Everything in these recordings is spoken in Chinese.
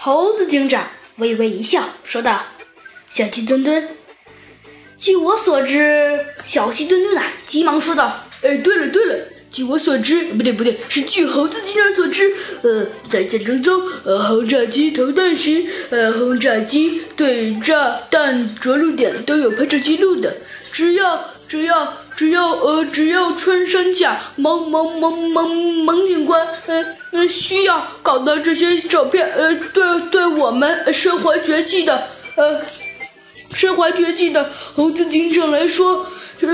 猴子警长微微一笑，说道：“小鸡墩墩。”据我所知，小鸡墩墩急忙说道：“ 对了，据我所知，不对，是据猴子警长所知，在战争中，轰炸机投弹时，轰炸机对炸弹着陆点都有拍照记录的。只要穿山甲蒙警官需要搞到这些照片，对我们身怀绝技的猴子警长来说，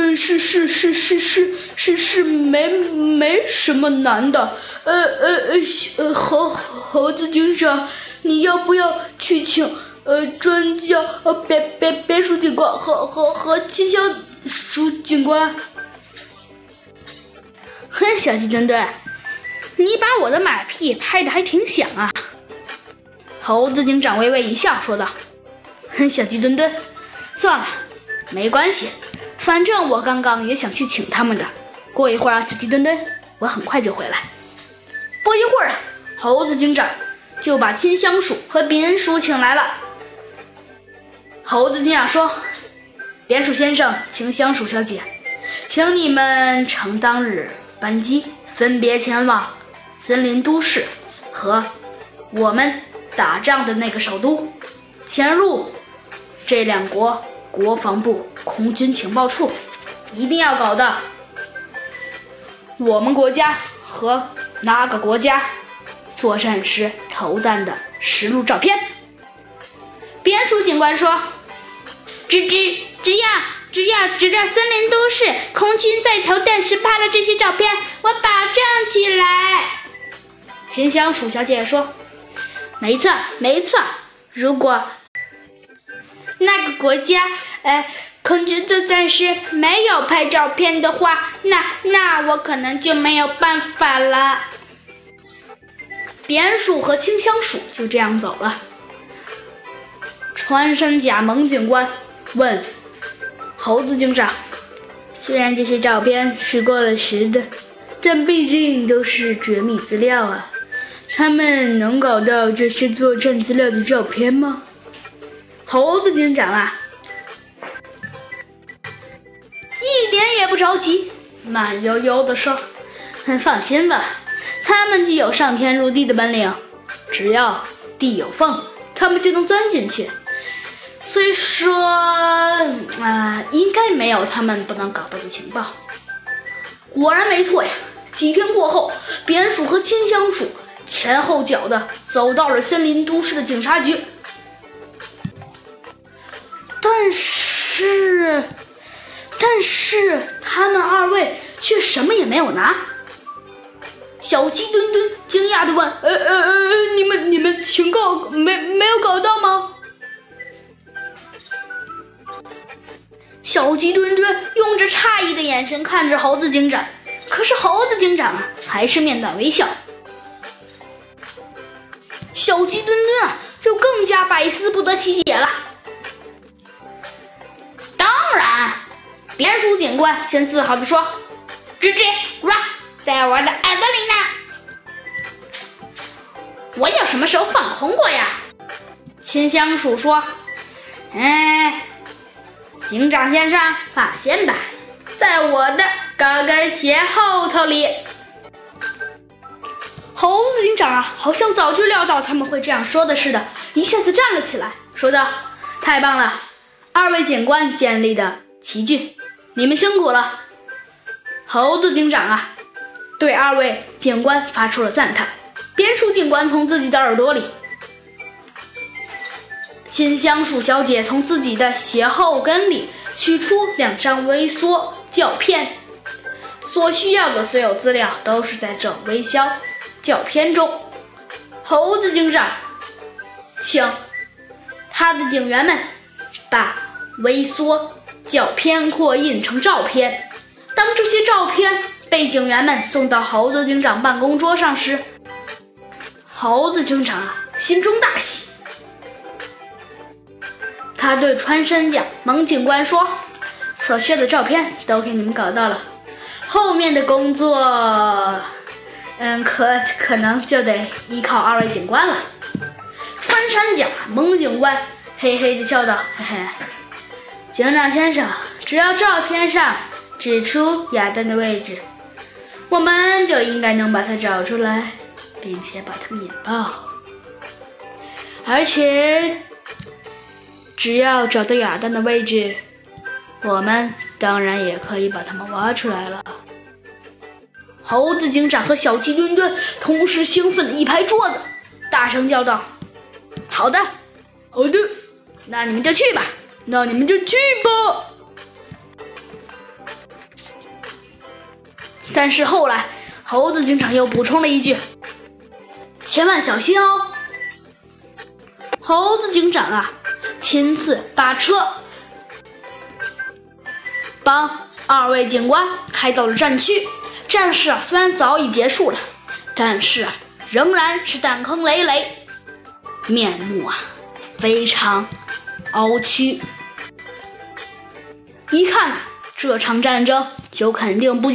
是没什么难的。猴子警长，你要不要去请专家别墅警官和气象署警官？ 哼，小鸡墩墩，你把我的马屁拍得还挺响啊！猴子警长微微一笑，说道：“哼，小鸡墩墩，算了，没关系，反正我刚刚也想去请他们的。过一会儿啊，小鸡墩墩，我很快就回来。”不一会儿，猴子警长就把金香鼠和扁鼠请来了。猴子警长说：“扁鼠先生，金香鼠小姐，请你们乘当日班机分别前往森林都市和我们打仗的那个首都，潜入这两国国防部空军情报处，一定要搞到我们国家和哪个国家作战时投弹的实录照片。”扁鼠警官说：“只要森林都市空军在投弹时拍了这些照片，我保证起来。”秦香鼠小姐说：“没错，如果那个国家空军作战时没有拍照片的话，那我可能就没有办法了。”扁鼠和清香鼠就这样走了。穿山甲蒙警官问猴子警长：“虽然这些照片是过了时的，但毕竟都是绝密资料啊，他们能搞到这些作战资料的照片吗？”猴子警长一点也不着急，慢悠悠地说：“放心吧，他们具有上天入地的本领，只要地有缝，他们就能钻进去。虽说应该没有他们不能搞到的情报。”果然没错呀，几天过后，扁鼠和金香鼠前后脚的走到了森林都市的警察局。但是他们二位却什么也没有拿。小鸡墩墩惊讶地问：“你们情报没有搞到吗？”小鸡墩墩用着诧异的眼神看着猴子警长，可是猴子警长还是面带微笑。小鸡墩墩就更加百思不得其解了。当然，扁鼠警官先自豪地说：“吱吱哇，在我的耳朵里呢。我有什么时候放空过呀？”秦香鼠说：“警长先生，放心吧，在我的高跟鞋后头里。”猴子警长好像早就料到他们会这样说的似的，一下子站了起来，说道：“太棒了，二位警官建立的奇迹，你们辛苦了。”猴子警长对二位警官发出了赞叹。扁鼠警官从自己的耳朵里，金香鼠小姐从自己的鞋后跟里取出2张微缩胶片，所需要的所有资料都是在这微缩胶片中。猴子警长请他的警员们把微缩胶片扩印成照片。当这些照片被警员们送到猴子警长办公桌上时，猴子警长心中大喜。他对穿山甲蒙警官说：“所需的照片都给你们搞到了，后面的工作可能就得依靠二位警官了。”穿山脚，孟警官嘿嘿地笑道：“嘿嘿，警长先生，只要照片上指出亚当的位置，我们就应该能把他找出来，并且把他引爆。而且，只要找到亚当的位置，我们当然也可以把他们挖出来了。”猴子警长和小鸡墩墩同时兴奋地一拍桌子，大声叫道：“好的， 好的， 那你们就去吧， 那你们就去吧。” 但是后来，猴子警长又补充了一句：“千万小心哦。”猴子警长啊，亲自把车帮2位警官开到了战区。战事虽然早已结束了，但是仍然是弹坑累累，面目非常凹曲。一看这场战争就肯定不